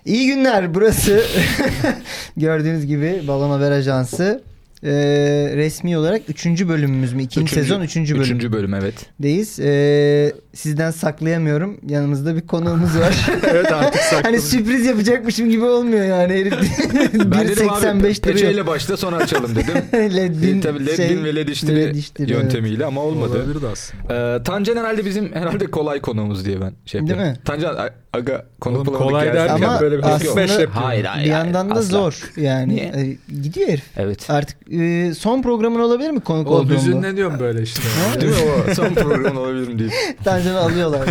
İyi günler, burası gördüğünüz gibi Balon Haber Ajansı. Resmi olarak 3. bölümümüz mü? 2. sezon 3. bölüm. 3. bölüm evet. Deyiz. Sizden saklayamıyorum. Yanımızda bir konuğumuz var. Evet, artık saklı. Hani sürpriz yapacakmışım gibi olmuyor yani. Herif Ben dedim abi 1.85 peçeyle başla sonra açalım dedim. Ledbin, tabii Ledbin ve Lediştiri yöntemiyle ama olmadı. Olabilirdi aslında. Tancan herhalde kolay konuğumuz diye ben şey yapıyorum. Değil mi? Tancan aga konuk bulamadık kolay gelsin. derken Ama böyle bir aslında- 45 yapıyor. Hayır. Bir yandan da asla. zor yani. Niye? Gidiyor herif. Evet. Artık son programın olabilir mi konuk Oğlum olduğunda? hüzünleniyorum böyle işte. Değil mi o? Son program olabilir mi diyeyim. Tancan'ı alıyorlar.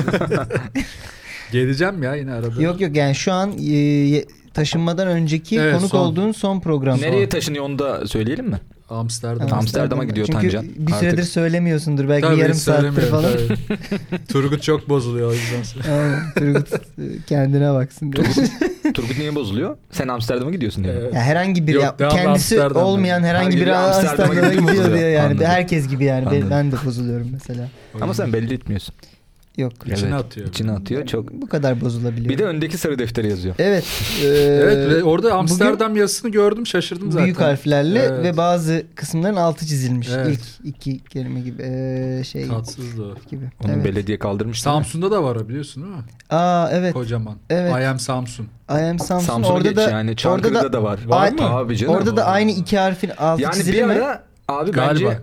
Geleceğim ya yine arada. Yok yani şu an taşınmadan önceki Evet, konuk son. olduğun son program. Nereye taşınıyor onu da söyleyelim mi? Amsterdam'a gidiyor Çünkü Tancan. bir süredir Artık. söylemiyorsundur. Belki Tabii, yarım saattir söylemiyorum, falan. tabii. Turgut çok bozuluyor o yüzden. Aynen, Turgut kendine baksın diyor. Turgut niye bozuluyor? Sen Amsterdam'a gidiyorsun diye. Evet. Ya herhangi bir Yok, devamlı kendisi Amsterdam'da. olmayan herhangi Hangi biri biri Amsterdam'a Amsterdam'a gidiyor mu gidiyor diyor yani. Anladım. Herkes gibi yani. Anladım. Ben de bozuluyorum mesela. Ama sen belli etmiyorsun. Yok. İçine atıyor. İçine atıyor. Çok. Bu kadar bozulabiliyor. Bir de öndeki sarı defteri yazıyor. Evet. Evet ve orada Amsterdam yazısını gördüm, şaşırdım zaten. Büyük harflerle Evet. ve bazı kısımların altı çizilmiş. Evet. İlk iki kelime gibi şey Tatsızdı o. gibi. Onu Evet. belediye kaldırmış. değil mi? Samsun'da da var o, biliyorsun değil mi? Evet. Kocaman. Evet. I am Samsun. I am Samsun. Samsun'a Orada geç da yani. Çankırı'da da var. Var mı? Abi canım. Orada da aynı iki harfin altı Yani çizili bir mi? ara abi Galiba. bence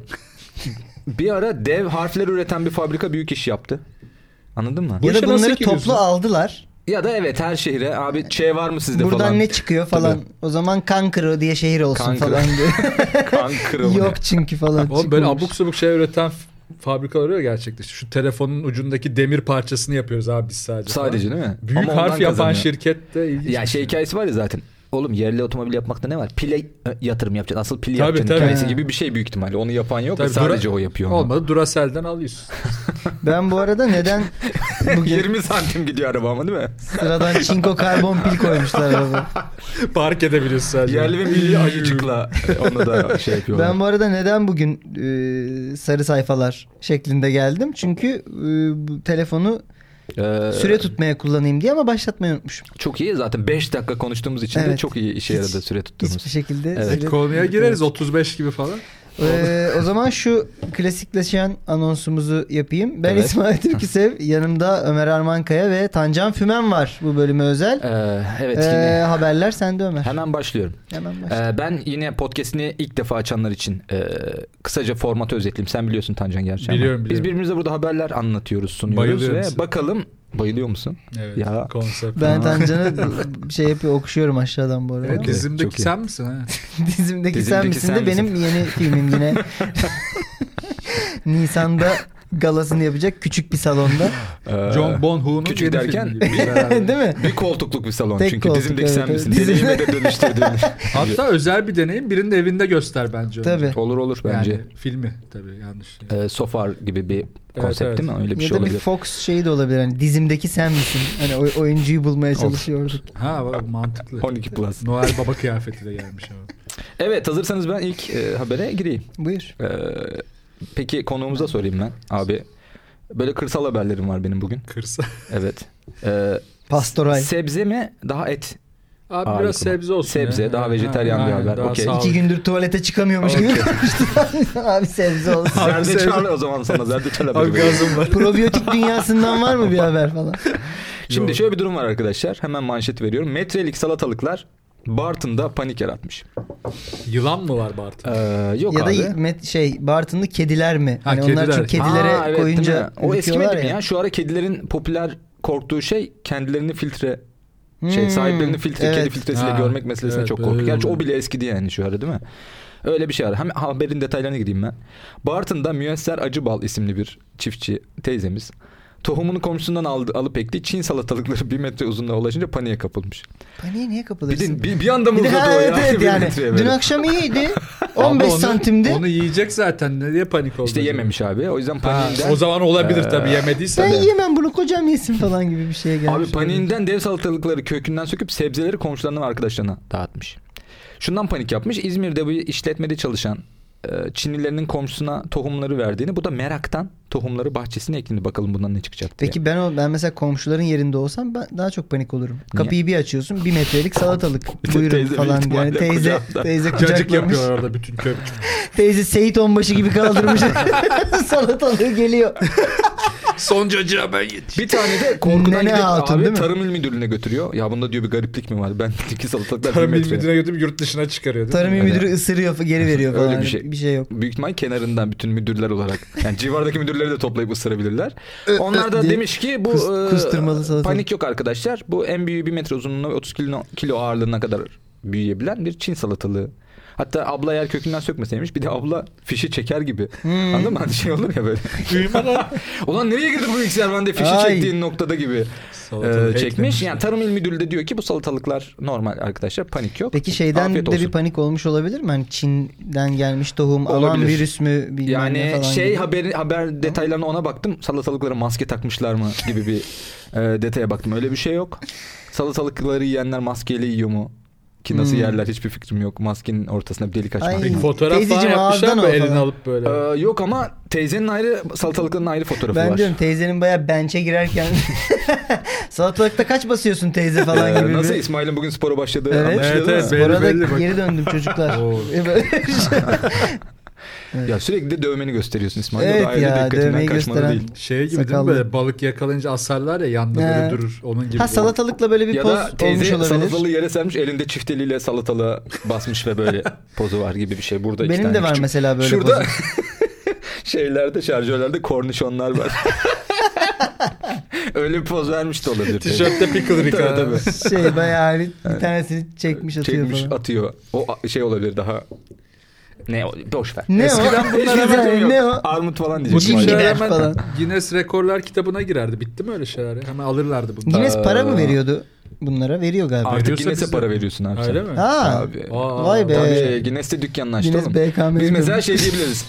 bir ara dev harfler üreten bir fabrika büyük iş yaptı. Anladın mı? Bu Ya da işe nasıl bunları giriyorsun? toplu aldılar. Ya da evet her şehre abi Ç var mı sizde Buradan falan. ne çıkıyor falan. Tabii. O zaman Kankırı diye şehir olsun Kankırı. falan diye. Kankırı mı? Yok çünkü falan. Oğlum böyle çıkmamış. abuk sabuk şey üreten fabrikalar oluyor gerçekten. Şu telefonun ucundaki demir parçasını yapıyoruz abi biz sadece. Sadece değil mi? Büyük Ama harf ondan yapan kazanıyor. şirket de ilginç. Ya şey hikayesi var ya zaten. Oğlum yerli otomobil yapmakta ne var? Pile yatırım yapacaksın. Asıl pili Tabii, yapacaksın tabii. hikayesi Ha. gibi bir şey büyük ihtimalle. Onu yapan yok. Tabii, Sadece o yapıyor onu. Olmadı Duracell'den alıyorsun. Ben bu arada neden bugün 20 santim gidiyor araba ama değil mi? sıradan çinko karbon pil koymuşlar araba. Park edebiliyorsun sadece. Yerli ve milli ayıcıkla onu da şey yapıyorlar. Ben bu arada neden bugün sarı sayfalar şeklinde geldim? Çünkü bu telefonu süre tutmaya kullanayım diye ama başlatmayı unutmuşum. Çok iyi zaten 5 dakika konuştuğumuz için de Evet. çok iyi işe yaradı süre tuttuğumuz. Hiçbir şekilde. Evet. süre- Konuya gireriz 35 gibi falan. O zaman şu klasikleşen anonsumuzu yapayım. Ben Evet. İsmail Türküsev, yanımda Ömer Armankaya ve Tancan Fümen var bu bölüme özel. Evet yine. Haberler sende Ömer. Hemen başlıyorum. Hemen başla. Ben yine podcast'ini ilk defa açanlar için kısaca formatı özetleyeyim. Sen biliyorsun Tancan gerçi ama. Biliyorum. Biz birbirimize burada haberler anlatıyoruz, sunuyoruz Bayılıyorum ve size. bakalım. Bayılıyor musun? Evet. Ya. Konsept. Ben Tancan'ı şey yapıyor, okuşuyorum aşağıdan bu arada. Evet, Okey, dizimdeki çok iyi. sen misin ha? Dizimdeki sen Dizimdeki misin sen de misin? benim yeni filmim yine. Nisan'da galasını yapacak küçük bir salonda. John Bonhu'nun küçük yeni derken filmi gibi. Değil mi? Bir koltukluk bir salon Tek çünkü koltuk, dizimdeki sen evet, misin? evet. Deneyime de dönüştürdüğüm. Hatta özel bir deneyim, birinin evinde göster bence. önce. Tabii. Olur bence. Yani filmi tabii yanlış. Sofar gibi bir konsept evet. değil mi? Öyle bir Ya şey da bir olabilir. Fox şeyi de olabilir. Hani dizimdeki sen misin? Hani oyuncuyu bulmaya çalışıyorduk. Ha bak, mantıklı. 12 Plus. Noel Baba kıyafeti de gelmiş ama. Evet hazırsanız ben ilk habere gireyim. Buyur. Peki konuğumuza sorayım ben abi. Böyle kırsal haberlerim var benim bugün. Kırsa. Evet. Pastoral. Sebze mi daha et? Abi Harika. biraz sebze olsun. Sebze, ya. daha vejetaryen bir haber. daha Okey. sağlıklı. 2 gündür tuvalete çıkamıyormuş gibi konuştu. Abi sebze olsun. Abi Zerdeçal sebze- o zaman sana zerdeçal haberi. Abi vereyim. gazım var. Probiyotik dünyasından var mı bir haber falan? Şimdi Yok. şöyle bir durum var arkadaşlar. Hemen manşet veriyorum. Metrelik salatalıklar Bartın'da panik yaratmış. Yılan mı var Bartın? Yok Ya abi. da Bartın'lı kediler mi? Ha, Hani onlar kediler. çünkü kedilere Ha, evet, koyunca değil mi? O ürküyorlar eskimedi mi ya? Şu ara kedilerin popüler korktuğu şey kendilerini filtre Hmm, sahiplerini filtre evet. kedi filtresiyle Ha, görmek meselesine evet, çok korkuyor. öyle Gerçi o oluyor. bile eskidi yani şu ara değil mi? Öyle bir şey var. Hem haberin detaylarına gideyim ben. Bartın'da Müyesser Acıbal isimli bir çiftçi teyzemiz tohumunu komşusundan alıp ektiği Çin salatalıkları 1 metre uzunluğa ulaşınca paniğe kapılmış. Paniğe niye kapılırsın? Bir anda mı Bir de- uzadı ha, o ya? evet, Bir yani. metreye Dün böyle. akşam iyiydi. Abi 15 onu- santimdi. Onu yiyecek zaten. Ne diye panik oldu? İşte yememiş abi. O yüzden Ha, paniğinden. o zaman olabilir tabii yemediyse Ben de. yiyemem bunu, kocam yesin falan gibi bir şeye gelmiş. Abi paniğinden dev salatalıkları kökünden söküp sebzeleri komşularına ve arkadaşlarına dağıtmış. Şundan panik yapmış. İzmir'de bir işletmede çalışan Çinlilerinin komşusuna tohumları verdiğini, bu da meraktan tohumları bahçesine ekledi, bakalım bundan ne çıkacak diye. Peki ben mesela komşuların yerinde olsam ben daha çok panik olurum. Kapıyı bir açıyorsun, 1 metrelik salatalık. Buyurun Teyze falan. büyük Yani ihtimalle teyze Cacık kucaklamış. yapıyor orada bütün köy. Teyze Seyit Onbaşı gibi kaldırmış. Salatalığı geliyor. Son cacığa ben yetiştim. Bir tane de korkudan Nene gidip Hatun, abi değil mi? Tarım İl Müdürlüğü'ne götürüyor. Ya bunda diyor bir gariplik mi var? Ben iki salatalıklar Tarım 1 İl metre. Müdürü'ne götürüp yurt dışına çıkarıyor. Tarım İl Müdürü ısırıyor, geri veriyor falan. Öyle bir şey. Bir şey yok. Büyük ihtimal kenarından bütün müdürler olarak. Yani civardaki müdürleri de toplayıp ısırabilirler. Onlar da diye demiş ki bu kustırmalı salatalık. panik yok arkadaşlar. Bu en büyüğü 1 metre uzunluğuna ve 30 kilo ağırlığına kadar büyüyebilen bir Çin salatalığı. Hatta abla eğer kökünden sökmeseymiş, bir de abla fişi çeker gibi. Anladın mı? Hani şey olur ya böyle. Ulan nereye girdi bu bilgisayar, ben de fişi çektiğin noktada gibi çekmiş. Yani Tarım İl Müdürlüğü de diyor ki bu salatalıklar normal arkadaşlar, panik yok. Peki şeyden Afiyet de olsun. bir panik olmuş olabilir mi? Hani Çin'den gelmiş tohum, aman Olabilir. virüs mü bilmem ne Yani falan gibi. haber detaylarına ona baktım. Salatalıklara maske takmışlar mı gibi bir detaya baktım. Öyle bir şey yok. Salatalıkları yiyenler maskeyle yiyor mu? Ki nasıl yerler hiçbir fikrim yok. Maskenin ortasına bir delik açmak. Ay. Peki fotoğraf falan Teyzeciğim, yapmışlar ağızdan mı o elini falan. alıp böyle? Yok ama teyzenin ayrı, salatalıkların ayrı fotoğrafı var. Ben diyorum teyzenin bayağı bench'e girerken salatalıkta kaç basıyorsun teyze falan gibi. Nasıl bir... İsmail'in bugün spora başladığı Evet. anlaşılıyor Evet, değil mi? evet. Orada belli bak. geri döndüm çocuklar. Oo. Ya sürekli de dövmeni gösteriyorsun İsmail. Evet O da ayrı ya, dikkatinden dövmeyi kaçmalı gösteren- değil. Şey gibi Sakallı. değil mi, böyle balık yakalayınca asarlar ya, yanında böyle durur. Onun gibi. Ha, salatalıkla böyle bir Ya poz da olmuş teyze olabilir. salatalığı yere sermiş, elinde çift eliyle salatalığa basmış ve böyle pozu var gibi bir şey. Burada iki Benim tane de var küçük. mesela böyle Şurada pozu. şeylerde, şarjörlerde kornişonlar var. Öyle bir poz vermiş de olabilir. Tişörtte pickle Rick. Tabii, tabii. Şey bayağı hani bir tanesini çekmiş atıyor Çekmiş falan. atıyor. O şey olabilir daha. Ne o? Boş ver. Ne Eskiden o? bunlar Hiçbir hemen- şey yok. Ne o? Armut falan Bu diyecek. tip Jimmy şeyler Bear hemen falan. Guinness Rekorlar kitabına girerdi. Bitti mi öyle şeyler ya? Hemen alırlardı bunu. Guinness para mı veriyordu bunlara? Veriyor galiba. Artık Veriyorsa Guinness'e biz de- para veriyorsun abi sen. Öyle mi? Ha. Abi. Aa, Vay be. Tabii Guinness'te dükkanını açtı Guinness oğlum. BKM Biz mesela diyorum. şey diyebiliriz.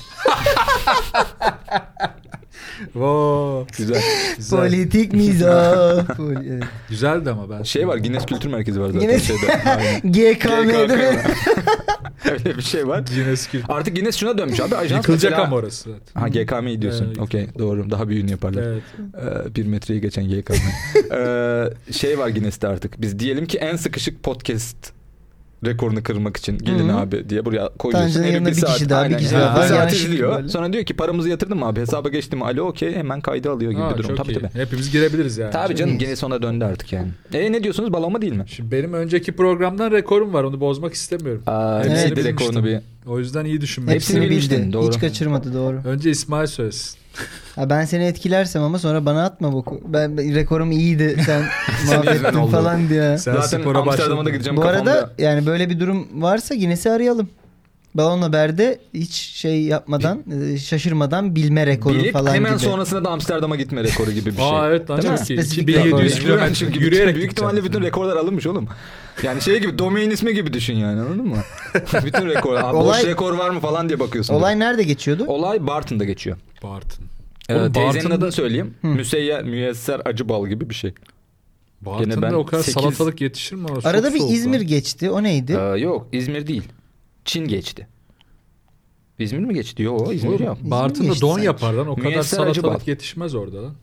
Wow. Güzel. Güzel. Politik mizah. Evet. Güzeldi ama ben. Şey var, Guinness Kültür Merkezi var zaten Guinness- şeyde. Aynen. GKM'de mi? Öyle bir şey var. Guinness Artık Guinness şuna dönmüş abi. Ajans yıkılacak mesela... ama orası. Ha, GKM'yi diyorsun. Evet. Okey, doğru. Daha büyüğünü yaparlar. Evet. 1 metreyi geçen GKM. Şey var Guinness'te artık. Biz diyelim ki en sıkışık podcast rekorunu kırmak için gelin abi diye buraya koyuyorsun. Tanrı'nın Herif yanında bir kişi daha, bir aynen, kişi yani daha bir var. saat Yanlış izliyor. böyle. Sonra diyor ki paramızı yatırdın mı abi? Hesaba geçti mi? Alo, okey, hemen kaydı alıyor gibi Aa, bir durum. çok Tabii iyi. tabii. Hepimiz girebiliriz yani. Tabii canım, Guinness ona döndü artık yani. Ne diyorsunuz, balon değil mi? Şimdi benim önceki programdan rekorum var. Onu bozmak istemiyorum. Hepsini Evet. bir rekorunu bir... O yüzden iyi düşünmek Hepsini Hepsini istedim. bildi. bilmiştin, doğru. Hiç kaçırmadı, doğru. Önce İsmail söylesin. Ha, ben seni etkilersem ama sonra bana atma boku. Ben rekorum iyiydi. Sen yüzünden mahvettin oldu. falan diye. Sen Zaten spora Amsterdam'a da başladın. gideceğim Bu kafamda. arada yani böyle bir durum varsa Guinness'i arayalım. Balon Haber'de hiç şey yapmadan, şaşırmadan bilme rekoru Bilip falan hemen gibi. sonrasında da Amsterdam'a gitme rekoru gibi bir şey. Aa evet lan. Değil mi? Çok iyi. Spesifik 2700 rekor. kilometre Çünkü yürüyerek büyük ihtimalle gideceğim. bütün rekorlar alınmış oğlum. Yani şey gibi, domain ismi gibi düşün yani, anladın mı? Bütün rekor. Abi Olay- boş rekor var mı falan diye bakıyorsun. Olay nerede geçiyordu? Olay Bartın'da geçiyor. Bartın. Oğlum, Teyzenin Bartın- adını söyleyeyim. Müyesser Acıbal gibi bir şey. Bartın'da ben o kadar 8 salatalık yetişir mi? Orası Arada çok bir soğuk İzmir lan. geçti. O neydi? Yok, İzmir değil. Çin geçti. İzmir mi geçti? Yok, İzmir Oğlum, yok. Bartın'da geçti don sanki. yapar lan. O kadar Müyesser salatalık Acıbal. yetişmez orada lan.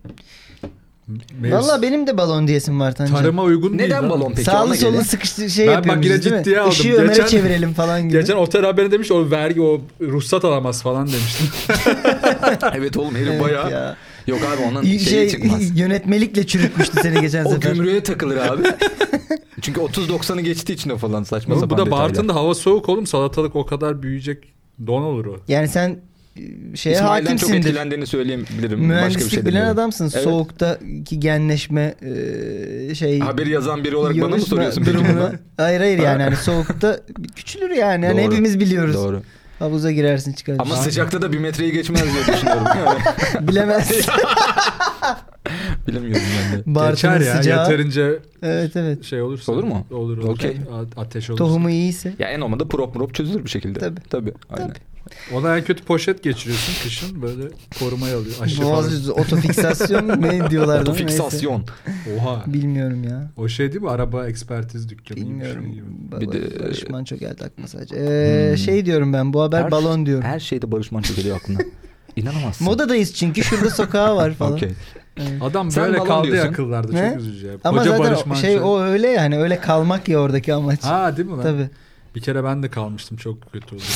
Valla benim de balon diyesim var Tancan. Tarıma uygun değil Neden lan. balon peki? Sağlı Ona sollu gelin. sıkıştı şey Ben bak yapıyoruz yine değil mi? ciddiye aldım. Işığı Ömer'e Geçen- çevirelim falan gibi. Geçen otel haberi demiş o vergi o ruhsat alamaz falan demiştin. Evet oğlum, herif Evet bayağı. ya. Yok abi, onun şeyi çıkmaz. Yönetmelikle çürütmüştü seni geçen O sefer. gümrüğe takılır abi. Çünkü 30-90'ı geçtiği için o falan saçma Oğlum, sapan bu da detaylar. Bartın'da hava soğuk oğlum. Salatalık o kadar büyüyecek don olur o. Yani sen şeye İsmail'den çok hakimsindir. etkilendiğini söyleyebilirim. Başka bir Mühendislik şey bilen demiyorum. adamsın. Evet. Soğuktaki genleşme şey Haberi yazan biri olarak bana mı yarışma soruyorsun peki durumunu? bunu? Hayır yani hani soğukta küçülür yani. Hani Doğru. hepimiz biliyoruz. Doğru. Havuza girersin çıkarsın. Ama sıcakta da 1 metreyi geçmez diye düşünüyorum. Yani. Bilemez. Bilemiyorum ben de. Geçer Bartın'ın ya sıcağı. yeterince evet. şey olursa. Olur mu? Olur. Okey. Ateş olursa. Tohumu iyiyse. Ya en olmadı prop çözülür bir şekilde. Tabii. Aynen. Ona en kötü poşet geçiriyorsun kışın böyle korumaya alıyor. Aşı Boğaz falan. yüzü otofiksasyon ne diyorlar? Otofiksasyon. Oha. Bilmiyorum ya. O şey değil mi? Araba ekspertiz dükkanı gibi bir Bilmiyorum. şey gibi. Bir de- Barış Manço geldi aklıma sadece. Şey diyorum ben, bu haber balon diyorum. Her şeyde Barış Manço geliyor aklına. İnanamazsın. Modadayız çünkü şurada sokağı var falan. Okey. Evet. Adam Sen böyle balon kaldı ya diyorsun. akıllarda. Ne? Çok üzücü ya. Ama Koca zaten Barış Manço. şey o öyle yani, öyle kalmak ya oradaki amaç. Ha değil mi lan? Tabii. Bir kere ben de kalmıştım. Çok kötü oldu.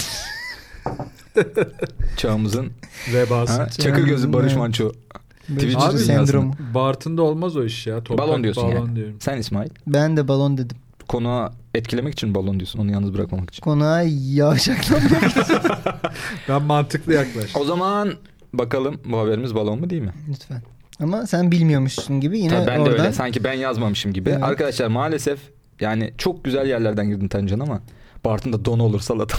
Çağımızın Vebası. çakı gözü Barış Evet. Manço. Böyle Twitch Abi sendromu. Bartın'da olmaz o iş ya. Toprak Balon diyorsun balon yani. diyorum. Sen İsmail. Ben de balon dedim. Konuğa etkilemek için balon diyorsun. Onu yalnız bırakmamak için. Konuğa yavşaklamak. Ben mantıklı yaklaştım. O zaman bakalım bu haberimiz balon mu değil mi? Lütfen. Ama sen bilmiyormuşsun gibi yine Tabii ben oradan. de öyle. Sanki ben yazmamışım gibi. Evet. Arkadaşlar maalesef yani çok güzel yerlerden girdin Tancan ama Bartın'da don olur salata.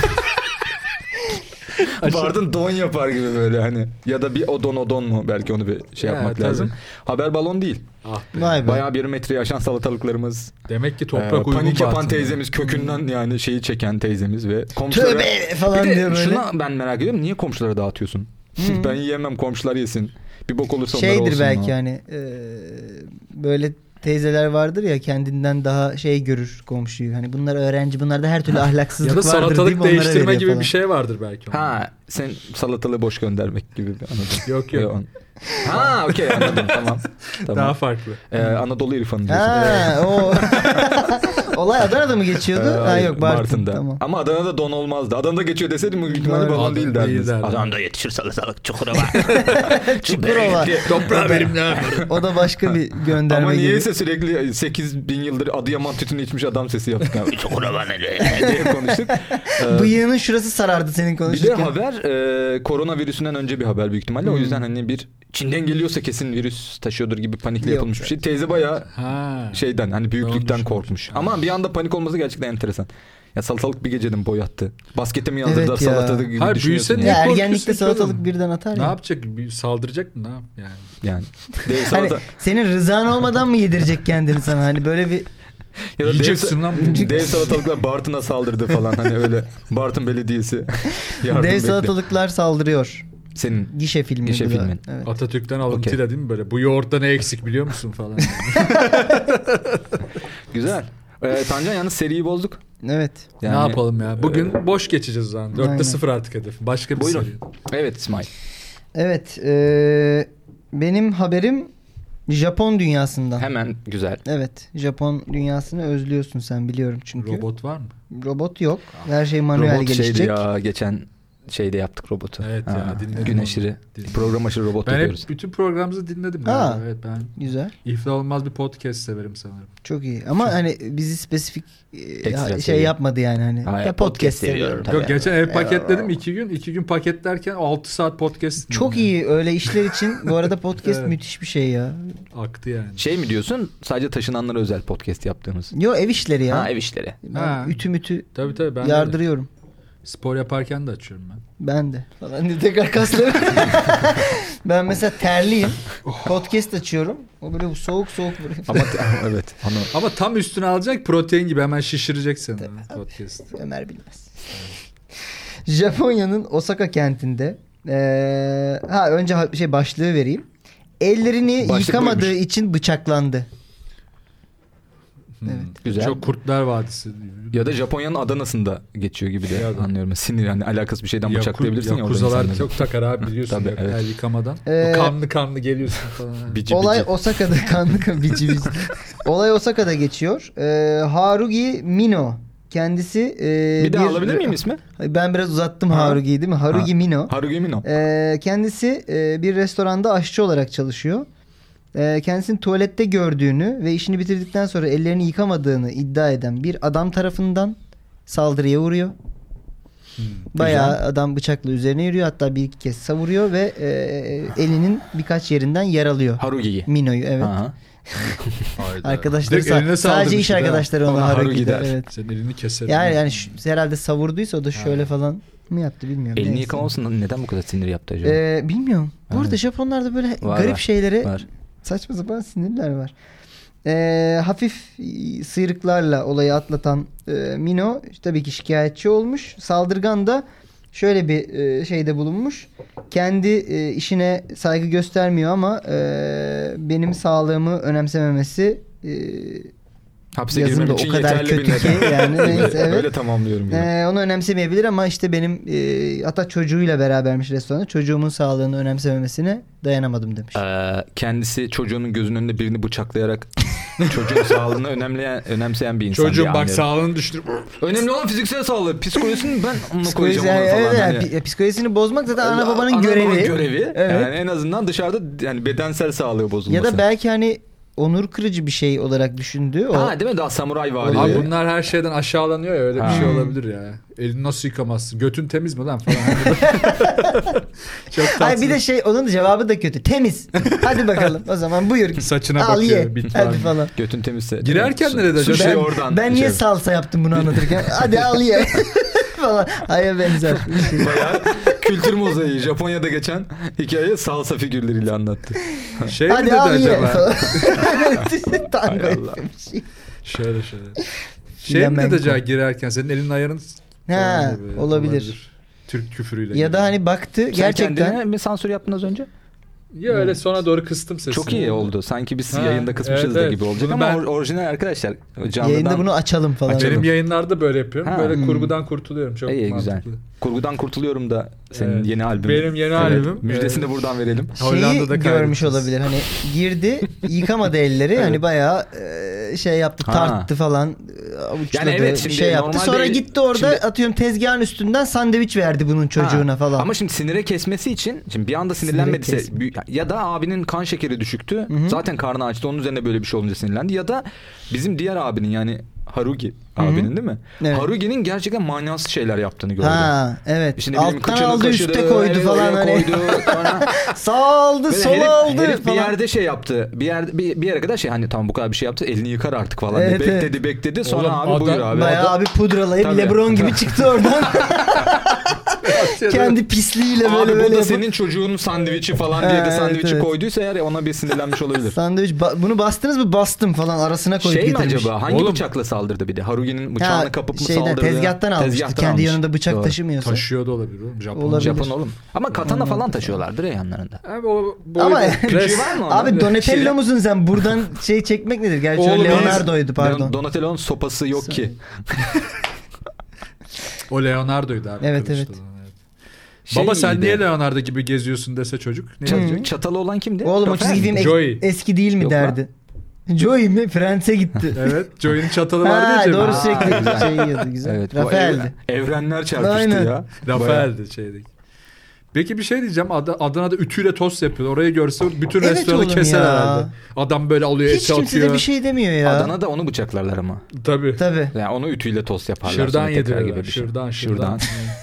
Bartın don yapar gibi böyle hani. Ya da bir o don mu belki onu bir şey Ya, yapmak tabii. lazım. Haber balon değil. Ah be. Vay be. Bayağı bir metre yaşan salatalıklarımız. Demek ki toprak uygun panik yapan Bartın'da. teyzemiz, kökünden yani şeyi çeken teyzemiz ve komşulara... Tövbe falan Bir de diyor böyle. şuna ben merak ediyorum. Niye komşulara dağıtıyorsun? Ben yiyemem, komşular yesin. Bir bok olursa onlar Şeydir olsun. belki ha. hani böyle teyzeler vardır ya, kendinden daha şey görür komşuyu. Hani bunlar öğrenci, bunlarda her türlü ahlaksızlık Ya da vardır deyip salatalık onlara değiştirme veriyor gibi falan. bir şey vardır belki. onun. Ha, sen salatalığı boş göndermek gibi bir anladım. Yok. Ha, okey anladım. Tamam. Daha farklı. Anadolu irfanı diyorsun. Ha, o olay Adana'da mı geçiyordu? Ha Hayır, yok, Bartın. Bartın'da. Tamam. Ama Adana'da don olmazdı. Adana'da geçiyor deseydim büyük ihtimalle Doğru. balon değil derdiniz. derdim. Adana'da yetişir salatalık Çukurova. Çukurova. Toprağı verim ne? O da başka bir gönderme Ama gibi. niyeyse sürekli 8000 yıldır Adıyaman tütünü içmiş adam sesi yaptık. Yani, Çukurova ne diye konuştuk. Bıyığının şurası sarardı senin Bir de konuşurken. haber koronavirüsünden önce bir haber büyük ihtimalle. O yüzden hani bir Çin'den geliyorsa kesin virüs taşıyordur gibi panikle Yok yapılmış bir şey. Teyze bayağı Ha. şeyden hani büyüklükten Onu korkmuş. düşünmüştüm. Ama bir anda panik olması gerçekten enteresan. Ya salatalık bir geceden boyattı. Baskete mi yazdırdılar Evet ya. salatalık gibi Hayır, düşünüyorsun. büyüse Yani. Ya Niye ergenlikte korkuyorsun ki salatalık oğlum? birden atar Ne ya. yapacak? Saldıracak mı? Ne yap? Yani. Dev Hani salata. senin rızan olmadan mı yedirecek kendini sana? Hani böyle bir Ya da Yiyeceksin lan. dev salatalıklar Bartın'a saldırdı falan. Hani öyle Bartın Belediyesi yardım dev bekle. salatalıklar saldırıyor. Senin Gişe filmi. Gişe bu da. filmin. Evet. Atatürk'ten alıntıyla değil mi böyle? Bu yoğurtta ne eksik biliyor musun falan. güzel. Tancan yalnız seriyi bozduk. Evet. Yani, ne yapalım ya? Bugün boş geçeceğiz o zaman. 4'te Aynen. 0 artık hedef. Başka bir Buyurun. seri. Evet İsmail. Evet. Benim haberim Japon dünyasından. Hemen güzel. Evet. Japon dünyasını özlüyorsun sen, biliyorum çünkü. Robot var mı? Robot yok. Her şey manuel Robot gelişecek. şeydi ya geçen şeyde yaptık robotu. Evet ya, dinledim Gün onu. aşırı. Dinledim. Program aşırı robot Ben yapıyoruz. hep bütün programımızı dinledim. Ha. galiba. Evet ben Güzel. iflah olmaz bir podcast severim sanırım. Çok iyi. Ama hani bizi spesifik Ekstra şey seviyor. yapmadı yani hani. Hayır, Ya podcast seviyorum seviyorum. tabii. Yok geçen ev paketledim 2 gün. 2 gün paketlerken 6 saat podcast dinledim. Çok yani. iyi öyle işler için. Bu arada podcast Evet. müthiş bir şey ya. Aktı yani. Şey mi diyorsun? Sadece taşınanlara özel podcast yaptığımız. Yo, ev işleri ya. Ha ev işleri. Ben Ha. ütü Tabii ben de yardırıyorum. spor yaparken de açıyorum ben. Ben de. Falan diye tekrar kaslarım. Ben mesela terliyim. Podcast açıyorum. O böyle soğuk vuruyor. Ama evet. Onu Ama tam üstüne alacak protein gibi hemen şişirecek seni podcast. Ömer bilmez. Japonya'nın Osaka kentinde önce başlığı vereyim. Ellerini Başlık yıkamadığı buymuş. için bıçaklandı. Evet. güzel. Çok Kurtlar Vadisi. Ya da Japonya'nın Adana'sında geçiyor gibi de Ya da. anlıyorum. Sinir yani alakasız bir şeyden bıçaklayabilirsin ya orada Yakuzalar insanları. çok takar abi biliyorsun. Tabii, ya, evet. El yıkamadan. Ee, O kanlı geliyorsun falan. Bici Olay bici. Osaka'da bici. Olay Osaka'da geçiyor. Harugi Mino kendisi Bir daha alabilir miyim ismi? Ben biraz uzattım Ha. Harugi'yi değil mi? Harugi Ha. Mino. Harugi Mino. Kendisi bir restoranda aşçı olarak çalışıyor. Kendisini tuvalette gördüğünü ve işini bitirdikten sonra ellerini yıkamadığını iddia eden bir adam tarafından saldırıya uğruyor. Bayağı adam bıçakla üzerine yürüyor, hatta bir iki kez savuruyor ve elinin birkaç yerinden yaralıyor. Harugi'yi. Mino'yu, evet. Aha. Arkadaşları Direkt eline sadece iş saldırmış bir de. arkadaşları ona Ona Harugi Harugi der. der. Evet. Senin elini keserim. Yani herhalde savurduysa o da şöyle falan mı yaptı bilmiyorum. Elini Neyse. yıkamamasından neden bu kadar sinir yaptı acaba? Bilmiyorum. Bu arada Evet. Japonlarda böyle Var, garip var. şeylere Var. saçma sapan sinirler var. Hafif sıyrıklarla olayı atlatan Mino tabii ki şikayetçi olmuş. Saldırgan da şöyle bir şeyde bulunmuş. Kendi işine saygı göstermiyor ama benim sağlığımı önemsememesi Hapse yazım girmem da için o kadar yeterli bir kötü ki neden. yani neyse, evet. Öyle tamamlıyorum. Yani. Onu önemsemeyebilir ama işte benim hatta çocuğuyla berabermiş restoranda. Çocuğumun sağlığını önemsememesine dayanamadım demiş. Kendisi çocuğunun gözünün önünde birini bıçaklayarak çocuğun sağlığını önemseyen bir insan. Çocuğun diye bak anlıyorum. sağlığını düşürüp Önemli olan fiziksel sağlığı. Psikolojisini ben onunla Psikoloji, koyacağım onu falan. yani, Hani. psikolojisini bozmak zaten ana babanın Ana görevi. babanın görevi. Evet. Yani en azından dışarıda yani bedensel sağlığı bozulması. Ya da belki hani onur kırıcı bir şey olarak düşündü. O Ha değil mi? Daha samuray var. abi bunlar her şeyden aşağılanıyor ya, öyle bir Ha. şey olabilir ya. Elini nasıl yıkamazsın? Götün temiz mi lan falan. Çok tatsız. Hayır, bir de şey, onun cevabı da kötü. Temiz. Hadi bakalım. O zaman buyur. Saçına Al bakıyor. ye. Bit Hadi var. falan. Götün temizse. Girerken nerede acaba? Sushi'yi Ben, oradan. ben niye şey- salsa yaptım bunu anlatırken? Hadi al ye. falan. Hayır, benzer. Bir şey. Bayağı kültür mozaiği. Japonya'da geçen hikaye salsa figürleriyle anlattı. Şey mi Hadi dedi al ye. acaba? falan. Tango Hay Allah. bir şey. Şöyle. Şey mi dedi Flamenco. acaba girerken? Senin elin ayarın Ha, falan böyle olabilir. Türk küfürüyle. Ya da hani baktı Sen gerçekten. kendine mi sansür yaptın az önce? Ya öyle sona doğru kıstım sesini. Çok iyi oldu. Sanki biz Ha, yayında kısmışız evet, da evet. gibi olacak Bunu ama ben- orijinal arkadaşlar. Canlıdan... Yayında bunu açalım falan. Açalım. Benim yayınlarda böyle yapıyorum. Ha. Böyle kurgudan kurtuluyorum. Çok İyi, mantıklı. güzel. Kurgudan kurtuluyorum da senin Evet. yeni albümün. Benim yeni albümüm. Müjdesini de buradan verelim. Hollanda'da Şeyi görmüş kaydettiniz. olabilir. Hani girdi, yıkamadı elleri. Evet. Hani bayağı şey yaptı, Ha. tarttı falan. Avuçladı, Yani evet, bir şimdi şey yaptı. normalde Sonra gitti orada şimdi- atıyorum tezgahın üstünden sandviç verdi bunun çocuğuna Ha. falan. Ama şimdi sinire kesmesi için şimdi bir anda sinirlenmediyse kesme. ya da abinin kan şekeri düşüktü. Hı. Zaten karnı açtı. Onun üzerine böyle bir şey olunca sinirlendi. Ya da bizim diğer abinin yani Harugi abinin değil mi? Evet. Harugi'nin gerçekten manasız şeyler yaptığını gördüm. Ha, evet. İşte ne bileyim, Alttan kıçını aldı, kaşıdı, üste koydu oraya falan hani. koydu, sonra Sağ aldı, böyle sola aldı herif bir falan. yerde şey yaptı. Bir yere kadar şey hani tamam bu kadar bir şey yaptı. Elini yıkar artık falan. Evet, diye. evet. Bekledi. Sonra Oğlum, abi adam buyur abi. Bayağı abi pudralayıp Tabii. LeBron gibi çıktı oradan. Kendi pisliğiyle Abi böyle bu böyle da yapıp. senin çocuğunun sandviçi falan diye de Evet, sandviçi evet. koyduysa eğer ona bir sinirlenmiş olabilir. Sandviç bunu bastınız mı? Bastım falan, arasına koyup Şey mi getirmiş. acaba? Hangi Oğlum. bıçakla saldırdı bir de? Harugi'nin bıçağını kapıp mı şeyden, saldırdı? tezgahtan almıştı. Tezgahtan Kendi almış. yanında bıçak Doğru. taşımıyorsa. Taşıyor da olabilir oğlum. Japon. Olabilir. Japon oğlum. Ama katana falan taşıyorlardır ya yanlarında. Abi o boyda Ama Küçüğü var mı onun? abi Şey- Donatello musun sen? Buradan şey çekmek nedir? Gerçi o Oğlum, Leonardo'ydu pardon. Donatello'nun sopası yok ki. O Leonardo'ydu abi. Evet, kılıçlı evet. olan, evet. Şey Baba sen iyiydi. niye Leonardo gibi geziyorsun dese çocuk. Ne Hı. diyecek? Çatalı olan kimdi? Oğlum o Rafael çizgi film mi? Joey. eski değil mi Yok derdi. Joey mi? Friends'e gitti. Evet. Joey'nin çatalı vardı Ha, ya Cem. doğru, Aa, sürekli güzel. şey yiyordu güzel. Evet. bu Rafael'di. Evrenler çarpıştı Aynen. ya. Bayağı. Rafael'di şeydeki. Peki bir şey diyeceğim. Adana'da ütüyle tost yapıyor. Orayı görse bütün Evet restoranı oğlum keser ya. herhalde. Adam böyle alıyor, Hiç eti kimse atıyor. de bir şey demiyor ya. Adana'da onu bıçaklarlar ama. Tabii. Tabii. Yani onu ütüyle tost yaparlar. Şırdan sonra tekrar yediriyorlar. gibi bir şey. Şırdan.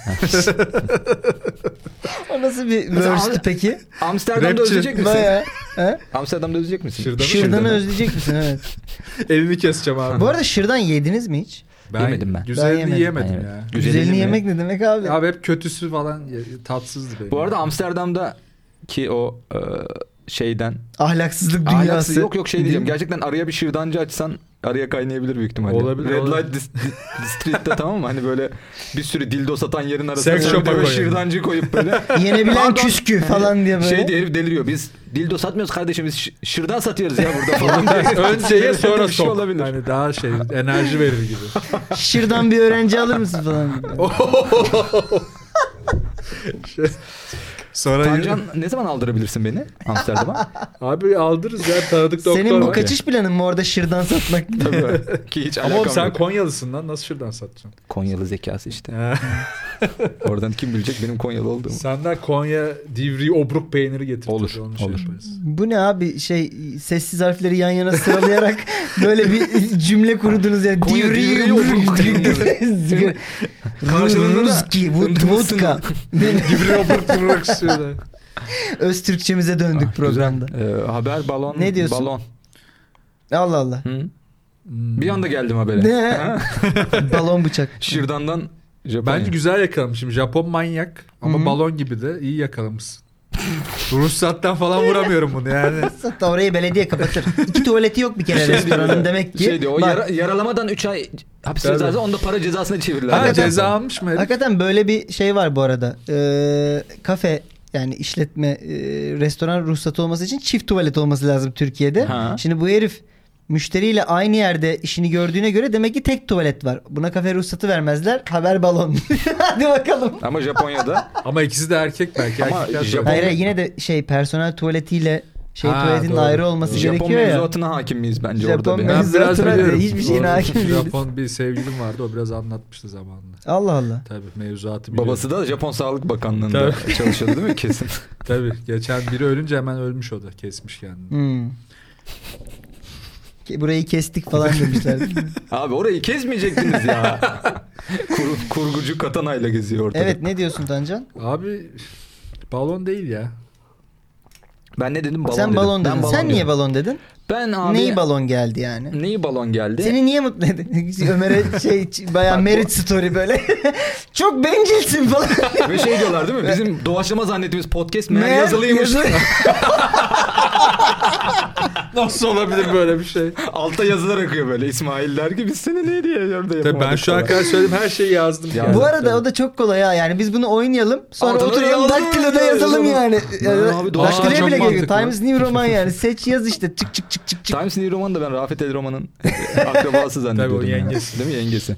O nasıl bir Mesela verse'ti abi- peki? Amsterdam'da Rapçi. özleyecek misin? Bayağı. He? Amsterdam'da özleyecek misin? Şırdan'ı özleyecek misin? Evet. Elini keseceğim abi. Bu arada şırdan yediniz mi hiç? Yemedim ben. Güzelini Ben yemedim. yiyemedim Ben ya. Güzelini mi? yemek ne demek abi? Abi hep kötüsü falan tatsızdı benim. Bu arada Amsterdam'da ki o şeyden Ahlaksızlık ahlaksız dünyası. yok şey diyeceğim. Gerçekten araya bir şırdancı açsan araya kaynayabilir büyük ihtimalle. Olabilir, Red olabilir. Light District'te tamam mı? Hani böyle bir sürü dildo satan yerin arasına Sex shop'a böyle koyuyor. şırdancı koyup böyle. Yenebilen Pardon. küskü falan diye böyle. Şey diye herif deliriyor. Biz dildo satmıyoruz kardeşim. Biz şırdan satıyoruz ya burada falan. Önce ye sonra bir şey sok. olabilir. Hani daha şey enerji verir gibi. Şırdan bir öğrenci alır mısın falan. Sonra Tancan ne zaman aldırabilirsin beni Amsterdam'a? abi aldırız ya, tanıdık doktor Senin bu var. kaçış planın mı orada şırdan satmak? Tabii. Ki hiç Ama oğlum alakam sen yok. Konyalısın lan, nasıl şırdan satacaksın? Konyalı zekası işte. Oradan kim bilecek benim Konyalı olduğumu. Senden Konya divri obruk peyniri getir. Olur, Onu şey olur. yaparız. Bu ne abi, şey, sessiz harfleri yan yana sıralayarak böyle bir cümle kurdunuz ya. Konya divri obruk peyniri. Karşılığında da Ruski, vodka. Divri obruk obruk istiyorlar. Öz Türkçemize döndük programda. Haber balon. Ne diyorsun? Balon. Allah Allah. Hı? Bir anda geldim habere. Ne? Ha? Balon bıçak. Şırdan'dan Japonya. Bence güzel yakalamışım. Japon manyak ama Hı-hı. balon gibi de iyi yakalamışsın. Ruhsattan falan vuramıyorum bunu yani. Hatta orayı belediye kapatır. 2 tuvaleti yok bir kere restoranın demek ki. Şey diyor, o Bak, yaralamadan 3 ay hapis Tabii. cezası, onu da para cezasına çevirirler. Ha, Yani. ceza almış mı herif? hakikaten böyle bir şey var bu arada. Kafe yani işletme restoran ruhsatı olması için çift tuvalet olması lazım Türkiye'de. Ha. Şimdi bu herif müşteriyle aynı yerde işini gördüğüne göre demek ki tek tuvalet var. Buna kafe ruhsatı vermezler. Haber balon. Hadi bakalım. Ama Japonya'da Ama ikisi de erkek belki. Ama Erkekler Japon- Hayır yine de personel tuvaletiyle Ha, tuvaletinin doğru, ayrı olması doğru. Japon gerekiyor ya. mevzuatına hakim miyiz bence Japon orada? Ben biraz Mevzuatına biliyorum. hiçbir şeyine Doğru. hakim değiliz. Japon bir sevgilim vardı, o biraz anlatmıştı zamanında. Allah Allah. Tabii mevzuatı biliyor. Babası da Japon Sağlık Bakanlığı'nda çalışıyordu değil mi kesin? Tabii geçen biri ölünce hemen ölmüş o da, kesmiş kendini. Burayı kestik falan demişler. Abi orayı kesmeyecektiniz ya. Kurgucu katanayla geziyor ortada. Evet, ne diyorsun Tancan? Abi balon değil ya. Ben ne dedim? Balon Sen dedim. balon Ben dedin. balon Sen niye diyorum. balon dedin? Ben abi... Neyi balon geldi yani? Neyi balon geldi? Seni niye mutlu edin? Ömer'e bayağı merit story böyle. Çok bencilsin falan. Ve şey diyorlar değil mi? Bizim doğaçlama zannettiğimiz podcast meğer yazılıymış. Nasıl olabilir böyle bir şey? Altta yazılar akıyor böyle. İsmail der ki biz seni ne diye orada yapamadık. Tabii ben şu an kadar söyledim, her şeyi yazdım. Ya, Bu arada o da çok kolay ha. Yani biz bunu oynayalım. Sonra Altına oturalım yazalım, daktiloda yazalım yani. Abi, Daktiloya çok bile gerek yok. mantıklı. Times New Roman yani. Seç yaz işte. Çık çık çık çık çık. Times New Roman da ben Rafet El Roman'ın akrabası zannediyordum. Tabii o ya. yengesi. Değil mi yengesi?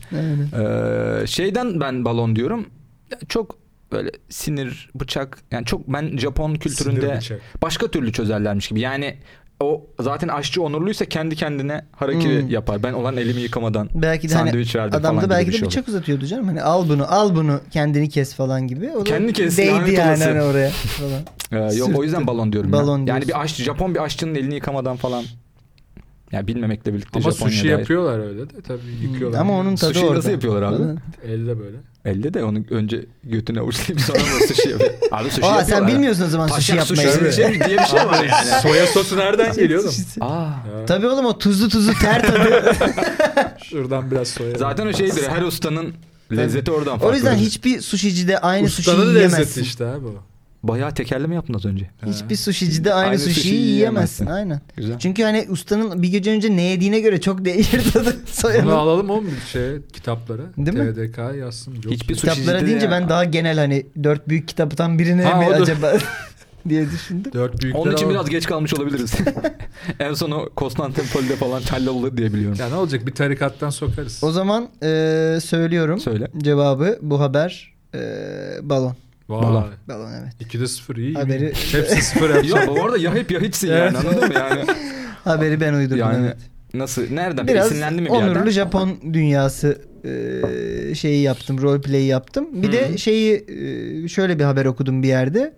Şeyden ben balon diyorum. Çok böyle sinir, bıçak. Yani çok ben Japon kültüründe Sinir bıçak. başka türlü çözerlermiş gibi. Yani o zaten aşçı onurluysa kendi kendine harakiri yapar. Ben olan elimi yıkamadan Belki de hani sandviç verdim adam falan da gibi belki bir de şey bıçak uzatıyordu canım. Hani al bunu kendini kes falan gibi. O da Kendi kes, değdi lanet yani olası. hani oraya falan. Yok o yüzden balon diyorum. Balon ya. Yani diyorsun. bir aşçı, Japon bir aşçının elini yıkamadan falan. Ya bilmemekle birlikte Ama Japonya'ya sushi dair. yapıyorlar öyle de tabii yıkıyorlar. Ama onun tadı Sushi'yi orada. nasıl yapıyorlar abi? Elle böyle. Elle de onu önce götüne avuçlayıp sonra mı sushi yapıyor? Abi sushi Aa, yapıyorlar. sen bilmiyorsun o zaman sushi Taşak yapmayı. sushi diye bir şey var yani. Soya sosu nereden geliyor oğlum? Aa. Ya, Tabii oğlum o tuzlu ter tadı. şuradan biraz soya. Zaten o şeydir. Her ustanın lezzeti oradan farklı. O yüzden hiçbir sushicide aynı sushi'yi Ustanın lezzeti yiyemezsin. işte abi o. Bayağı tekerleme yaptın az önce. Hiçbir sushicide aynı Aynı sushi'yi sushi'yi yiyemezsin. yiyemezsin. Aynen. Güzel. Çünkü hani ustanın bir gece önce ne yediğine göre çok değişir tadı. Bunu Soyanın. alalım oğlum kitaplara. Değil mi? TDK yazsın. Yok. Hiçbir Kitaplara sushicide deyince ya. ben daha genel hani 4 büyük kitaptan birine Ha, mi o da- acaba diye düşündüm. 4 büyükler Onun için alalım. biraz geç kalmış olabiliriz. En son o Konstantinopoli'de falan hallolur diye biliyorum. Ya ne olacak, bir tarikattan sokarız. O zaman söylüyorum Söyle. cevabı. Bu haber balon. Vay. Balon. Balon evet. 2'de 0 iyi. Haberi- Hepsi 0 yapacak. Ya bu arada ya hep ya hiçsin yani Evet. anladın mı yani? Haberi ben uydurdum Yani evet. nasıl? Nereden? Biraz Esinlendi mi bir yerden? onurlu Japon dünyası şeyi yaptım. Roleplay yaptım. Bir de şeyi şöyle bir haber okudum bir yerde.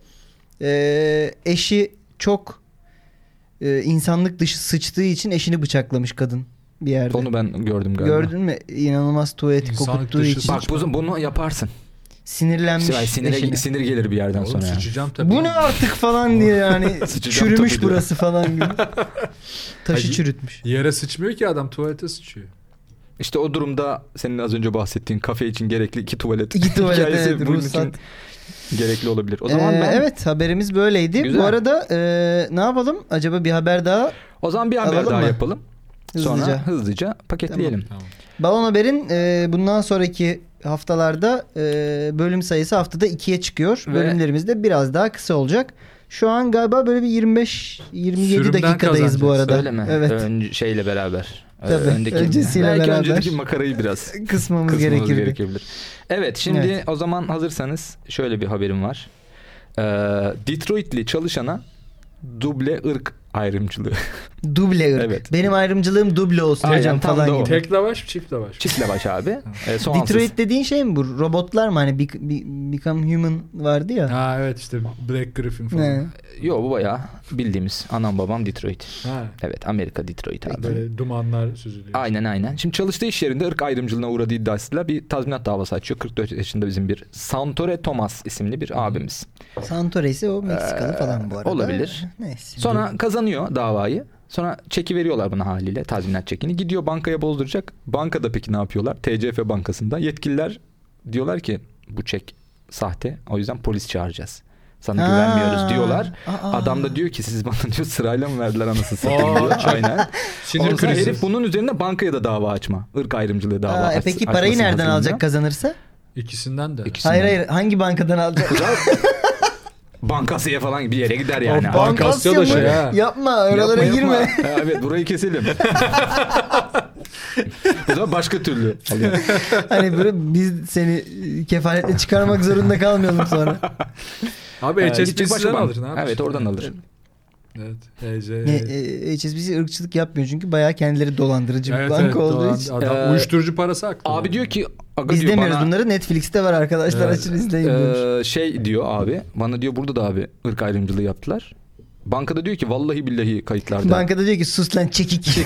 Eşi çok insanlık dışı sıçtığı için eşini bıçaklamış kadın bir yerde. Onu ben gördüm galiba. Gördün mü? İnanılmaz tuvaleti İnsanlık kokuttuğu dışı için Bak bunu yaparsın. sinirlenmiş eşine. Sinir gelir bir yerden Oğlum sonra yani. sıçacağım tabii. Bu ne artık falan diye yani Sıçacağım çürümüş tabii diyor. burası falan gibi. Taşı Ay, çürütmüş. Yere sıçmıyor ki adam, tuvalete sıçıyor. İşte o durumda senin az önce bahsettiğin kafe için gerekli 2 tuvalet. 2 tuvalet hikayesi evet, bunun ruhsat. için gerekli olabilir. O zaman ben Evet haberimiz böyleydi. Güzel. Bu arada ne yapalım? Acaba bir haber daha o zaman bir haber Alalım daha mı? yapalım. Sonra hızlıca paketleyelim. Tamam. Balon Haber'in bundan sonraki haftalarda bölüm sayısı haftada 2'ye çıkıyor. Ve- Bölümlerimiz de biraz daha kısa olacak. Şu an galiba böyle bir 25-27 Sürümden dakikadayız bu arada. Öyle mi? Evet. Şeyle beraber. Tabii, öncesiyle belki beraber. öncedeki makarayı biraz Kısmamız kısmamız gerekirdi. gerekebilir. Evet şimdi Evet. o zaman hazırsanız şöyle bir haberim var. Detroitli çalışana duble ırk ayrımcılığı. Duble ırk. Evet. Benim ayrımcılığım duble olsun Aynen, hocam tam falan da o. gibi. Tek lavaş mı, çift lavaş mı? Çift lavaş abi. Soğansız. Detroit dediğin şey mi bu? Robotlar mı? Hani Become Human vardı ya. Ha evet, işte Black Griffin falan. Ne? Yo bu bayağı bildiğimiz anam babam Detroit. Ha, Evet Amerika Detroit abi. böyle dumanlar süzülüyor. Aynen. Şimdi çalıştığı iş yerinde ırk ayrımcılığına uğradığı iddiasıyla bir tazminat davası açıyor. 44 yaşında bizim bir Santore Thomas isimli bir abimiz. Santorini ise o Meksikalı falan bu arada. olabilir. Neyse. Sonra kazanıyor davayı. Sonra çeki veriyorlar buna haliyle, tazminat çekini. Gidiyor bankaya bozduracak. Bankada peki ne yapıyorlar? TCF bankasında yetkililer diyorlar ki bu çek sahte. O yüzden polis çağıracağız. Sana güvenmiyoruz diyorlar. Adam da diyor ki siz bana diyor sırayla mı verdiler anasını satayım diyor. Aynen. Sinir Ondan sonra krizi. herif bunun üzerine bankaya da dava açma. Irk ayrımcılığı dava açması. Peki parayı nereden alacak kazanırsa? İkisinden de. Hayır hangi bankadan alacak? Bankasya falan bir yere gider yani. Of, Bankasya da şey ha. Yapma oralara Yapma, girme. yapma. Evet burayı keselim. O zaman başka türlü. Hani böyle biz seni kefaletle çıkarmak zorunda kalmayalım sonra. Abi Gidecek başka HSBC'den bank. alır. Ne yapacak? Evet oradan alır. Evet. HSBC ırkçılık yapmıyor çünkü bayağı kendileri dolandırıcı bir banka olduğu için. Adam uyuşturucu parası aktı. Abi diyor ki aga Biz diyor demiyoruz bana, bunları, Netflix'te var arkadaşlar, açın izleyin demiş. şey diyor abi bana diyor burada da abi ırk ayrımcılığı yaptılar. Bankada diyor ki vallahi billahi kayıtlarda. Bankada diyor ki sus lan çekik.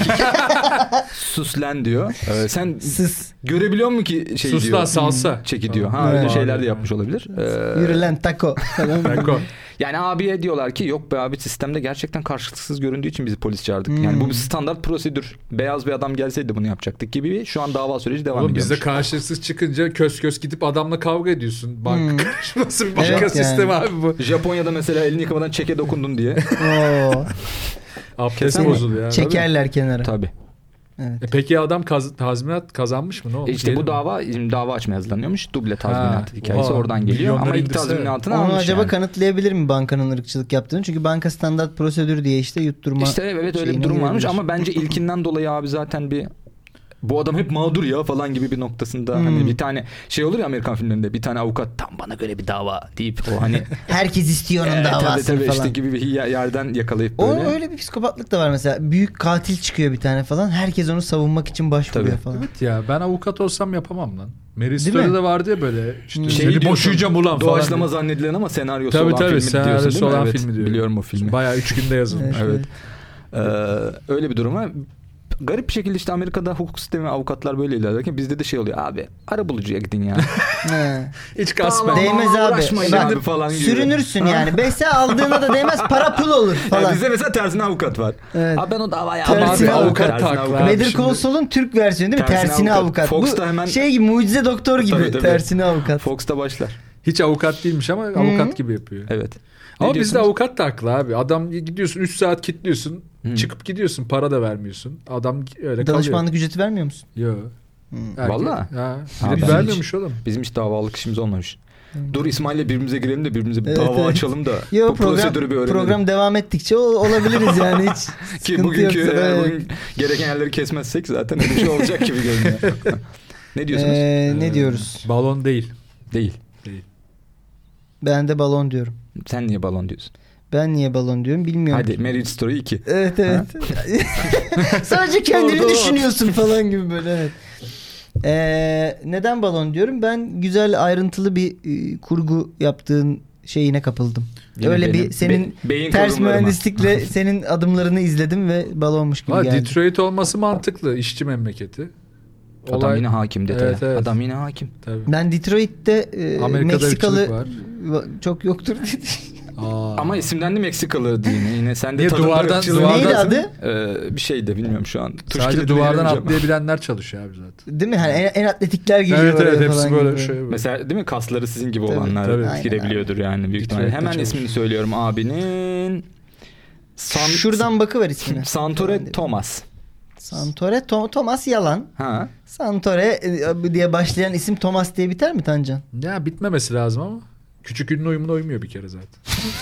Sus lan diyor. Sen Sus. görebiliyor musun ki şey Sus diyor. lan salsa. Çeki diyor. Ha Evet. öyle şeyler de yapmış olabilir. Yürü lan taco. Beko. Yani abiye diyorlar ki yok be abi sistemde gerçekten karşılıksız göründüğü için bizi polis çağırdık. Yani bu bir standart prosedür. Beyaz bir adam gelseydi bunu yapacaktık gibi şu an dava süreci devam ediyor. Oğlum bizde karşılıksız çıkınca kös gidip adamla kavga ediyorsun. Banka nasıl bir banka Evet sistemi yani. abi bu? Japonya'da mesela elini yıkamadan çeke dokundun diye. Oo. Abdest Kesin bozuluyor ya. Çekerler kenara. Tabii. Evet. Peki adam tazminat kazanmış mı? Ne oldu? İşte bu dava açmaya hazırlanıyormuş. Duble tazminat hikayesi oradan geliyor. Milyonlar Ama ilk indirse- tazminatını Onu almış acaba yani. kanıtlayabilir mi bankanın ırkçılık yaptığını? Çünkü banka standart prosedür diye işte yutturma. İşte evet öyle bir şeyine durum varmış girebilir. ama bence ilkinden dolayı abi zaten bir bu adam hep mağdur ya falan gibi bir noktasında hani bir tane şey olur ya Amerikan filmlerinde bir tane avukat tam bana göre bir dava deyip o hani Herkes istiyor onun davasını tabii falan. işte gibi bir yerden yakalayıp O böyle. öyle bir psikopatlık da var mesela. Büyük katil çıkıyor bir tane falan. Herkes onu savunmak için başvuruyor Tabii. falan. Evet ya ben avukat olsam yapamam lan. Meryl Değil Streep'de mi? de vardı ya böyle işte Şey seni diyorsun, boşayacağım ulan falan. Doğaçlama zannedilen ama senaryosu Tabii olan tabii filmi diyorsun değil mi? senaryosu olan Evet, filmi diyor. biliyorum o filmi. Bayağı 3 günde yazılmış. Evet. Öyle bir durum var. Garip bir şekilde işte Amerika'da hukuk sistemi avukatlar böyle ilerlerken bizde de şey oluyor abi arabulucuya gidin ya. He. Hiç kasma. Tamam. Değmez abi. uğraşmayın Bak, abi falan gibi. sürünürsün yani. Bese aldığına da değmez, para pul olur falan. Yani bizde mesela tersine avukat var. Evet. Abi ben o davayı Tersine almam. avukat Tersine takla. avukat. Better Şimdi- Call Saul'un Türk versiyonu değil mi? Tersine avukat. Fox'ta Bu hemen- şey gibi, mucize doktor gibi. Tabii, tabii. Tersine avukat. Fox'ta başlar. Hiç avukat değilmiş ama avukat gibi yapıyor. Evet. Ama Ne bizde diyorsunuz? avukat da haklı abi. Adam gidiyorsun 3 saat kilitliyorsun. Çıkıp gidiyorsun, para da vermiyorsun. Adam öyle Danışmanlık ücreti vermiyor musun? kalıyor. Yok. Vallahi? Ha. Ha, Bir de ben vermiyormuş oğlum. Bizim hiç davalık işimiz olmamış. Dur İsmail'le birbirimize girelim de birbirimize bir Evet, dava evet. açalım da Yo, bu prosedürü bir öğrenelim. program devam ettikçe olabiliriz yani hiç Ki sıkıntı bugünkü yoksa. Evet. bugün gereken yerleri kesmezsek zaten öyle bir şey olacak gibi görünüyor. Ne diyorsunuz? Ne diyoruz? Balon değil. Değil. Ben de balon diyorum. Sen niye balon diyorsun? Ben niye balon diyorum bilmiyorum. Hadi Marriage Story 2. Evet evet. Sadece kendini Oldu. düşünüyorsun falan gibi böyle, evet. Neden balon diyorum? Ben güzel ayrıntılı bir kurgu yaptığın şeyine kapıldım. Yine Öyle benim bir senin beyin ters kıvrımlarıma. mühendislikle senin adımlarını izledim ve balonmuş gibi Ha, geldi. Detroit olması mantıklı. İşçi memleketi. Adam yine hakim detaya. Evet, evet. Adam yine hakim. Tabii. Ben Detroit'te Amerika'da Meksikalı ırkçılık var. çok yoktur dedi. Ama isimden de Meksikalı yine sen de Niye tadında duvardan- ırkçılığı- duvardan- Neydi adı? Bir şey de bilmiyorum şu an. Tuş Sadece kilidi duvardan bilemeyeceğim. atlayabilenler çalışıyor abi zaten. Değil mi? Hani en atletikler geliyor Evet evet oraya hepsi falan böyle gibi. şey. Mesela değil mi kasları sizin gibi Tabii, olanlar tabii. girebiliyordur yani büyük ihtimalle. Detroit'te Hemen çalışıyor. ismini söylüyorum abinin. Şuradan bakıver ismine. Santore Thomas. Santore Thomas yalan. Ha. Santore diye başlayan isim Thomas diye biter mi Tancan? Ya bitmemesi lazım ama. Küçük ünlü uyumuna uymuyor bir kere zaten.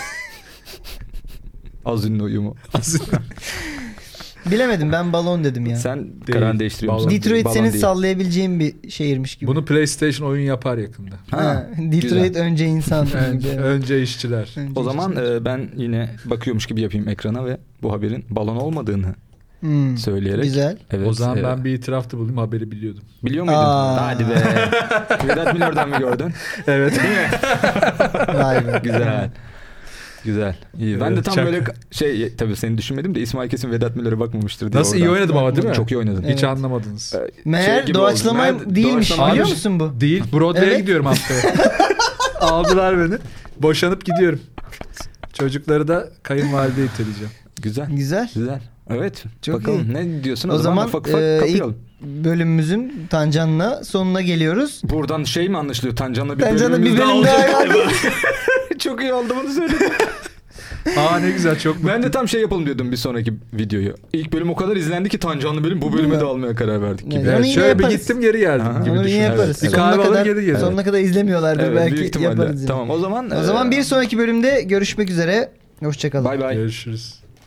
Az ünlü uyumu. Bilemedim, ben balon dedim ya. Sen Değil. karar değiştiriyor musun? Balon. Detroit Balon senin değil. sallayabileceğin bir şehirmiş gibi. Bunu PlayStation oyun yapar yakında. Ha, Detroit güzel. önce insan. Önce işçiler. Önce O zaman işte. ben yine bakıyormuş gibi yapayım ekrana ve bu haberin balon olmadığını söyleyerek. Güzel. Evet, O zaman ben bir itirafta bulayım, haberi biliyordum. Biliyor muydun? Aa. Hadi be. Vedat Milor'dan mı gördün? Evet. Değil mi? Vay be. Güzel. Güzel. İyi. Ben de Evet, tam çok- böyle tabii seni düşünmedim de İsmail kesin Vedat Milor'a bakmamıştır diye. Nasıl iyi oradan. oynadım ama değil mi? Çok iyi oynadın. Evet. Hiç anlamadınız. Meğer gibi doğaçlama oldu. Meğer değilmiş, doğaçlama biliyor abi- musun bu? Değil. Broadway'e Evet. gidiyorum haftaya. Aldılar beni. Boşanıp gidiyorum. Çocukları da kayınvalideye iteleyeceğim. Güzel. Güzel. Güzel. Evet. Çok Bakalım iyi. ne diyorsun? O zaman ufak ufak ilk kapayalım. bölümümüzün Tancan'la sonuna geliyoruz. Buradan şey mi anlaşılıyor? Tancan'la bir Tancan'la bölümümüz bir daha bölüm olacak daha galiba. çok iyi oldu bunu söyledin. Aa ne güzel, çok Ben de tam şey yapalım diyordum bir sonraki videoyu. İlk bölüm o kadar izlendi ki Tancanlı bölüm, bu bölüme de almaya karar verdik gibi. Evet. Onu Evet, yine şöyle bir yaparız. gittim geri geldim Aha. gibi Onu yine düşün. yaparız. Bir kahve alır geri gelirim. Sonuna kadar izlemiyorlardır, Evet, büyük belki ihtimalle. yaparız. Yani. Tamam o zaman. O zaman bir sonraki bölümde görüşmek üzere. Hoşçakalın. Bay bay. Görüşürüz.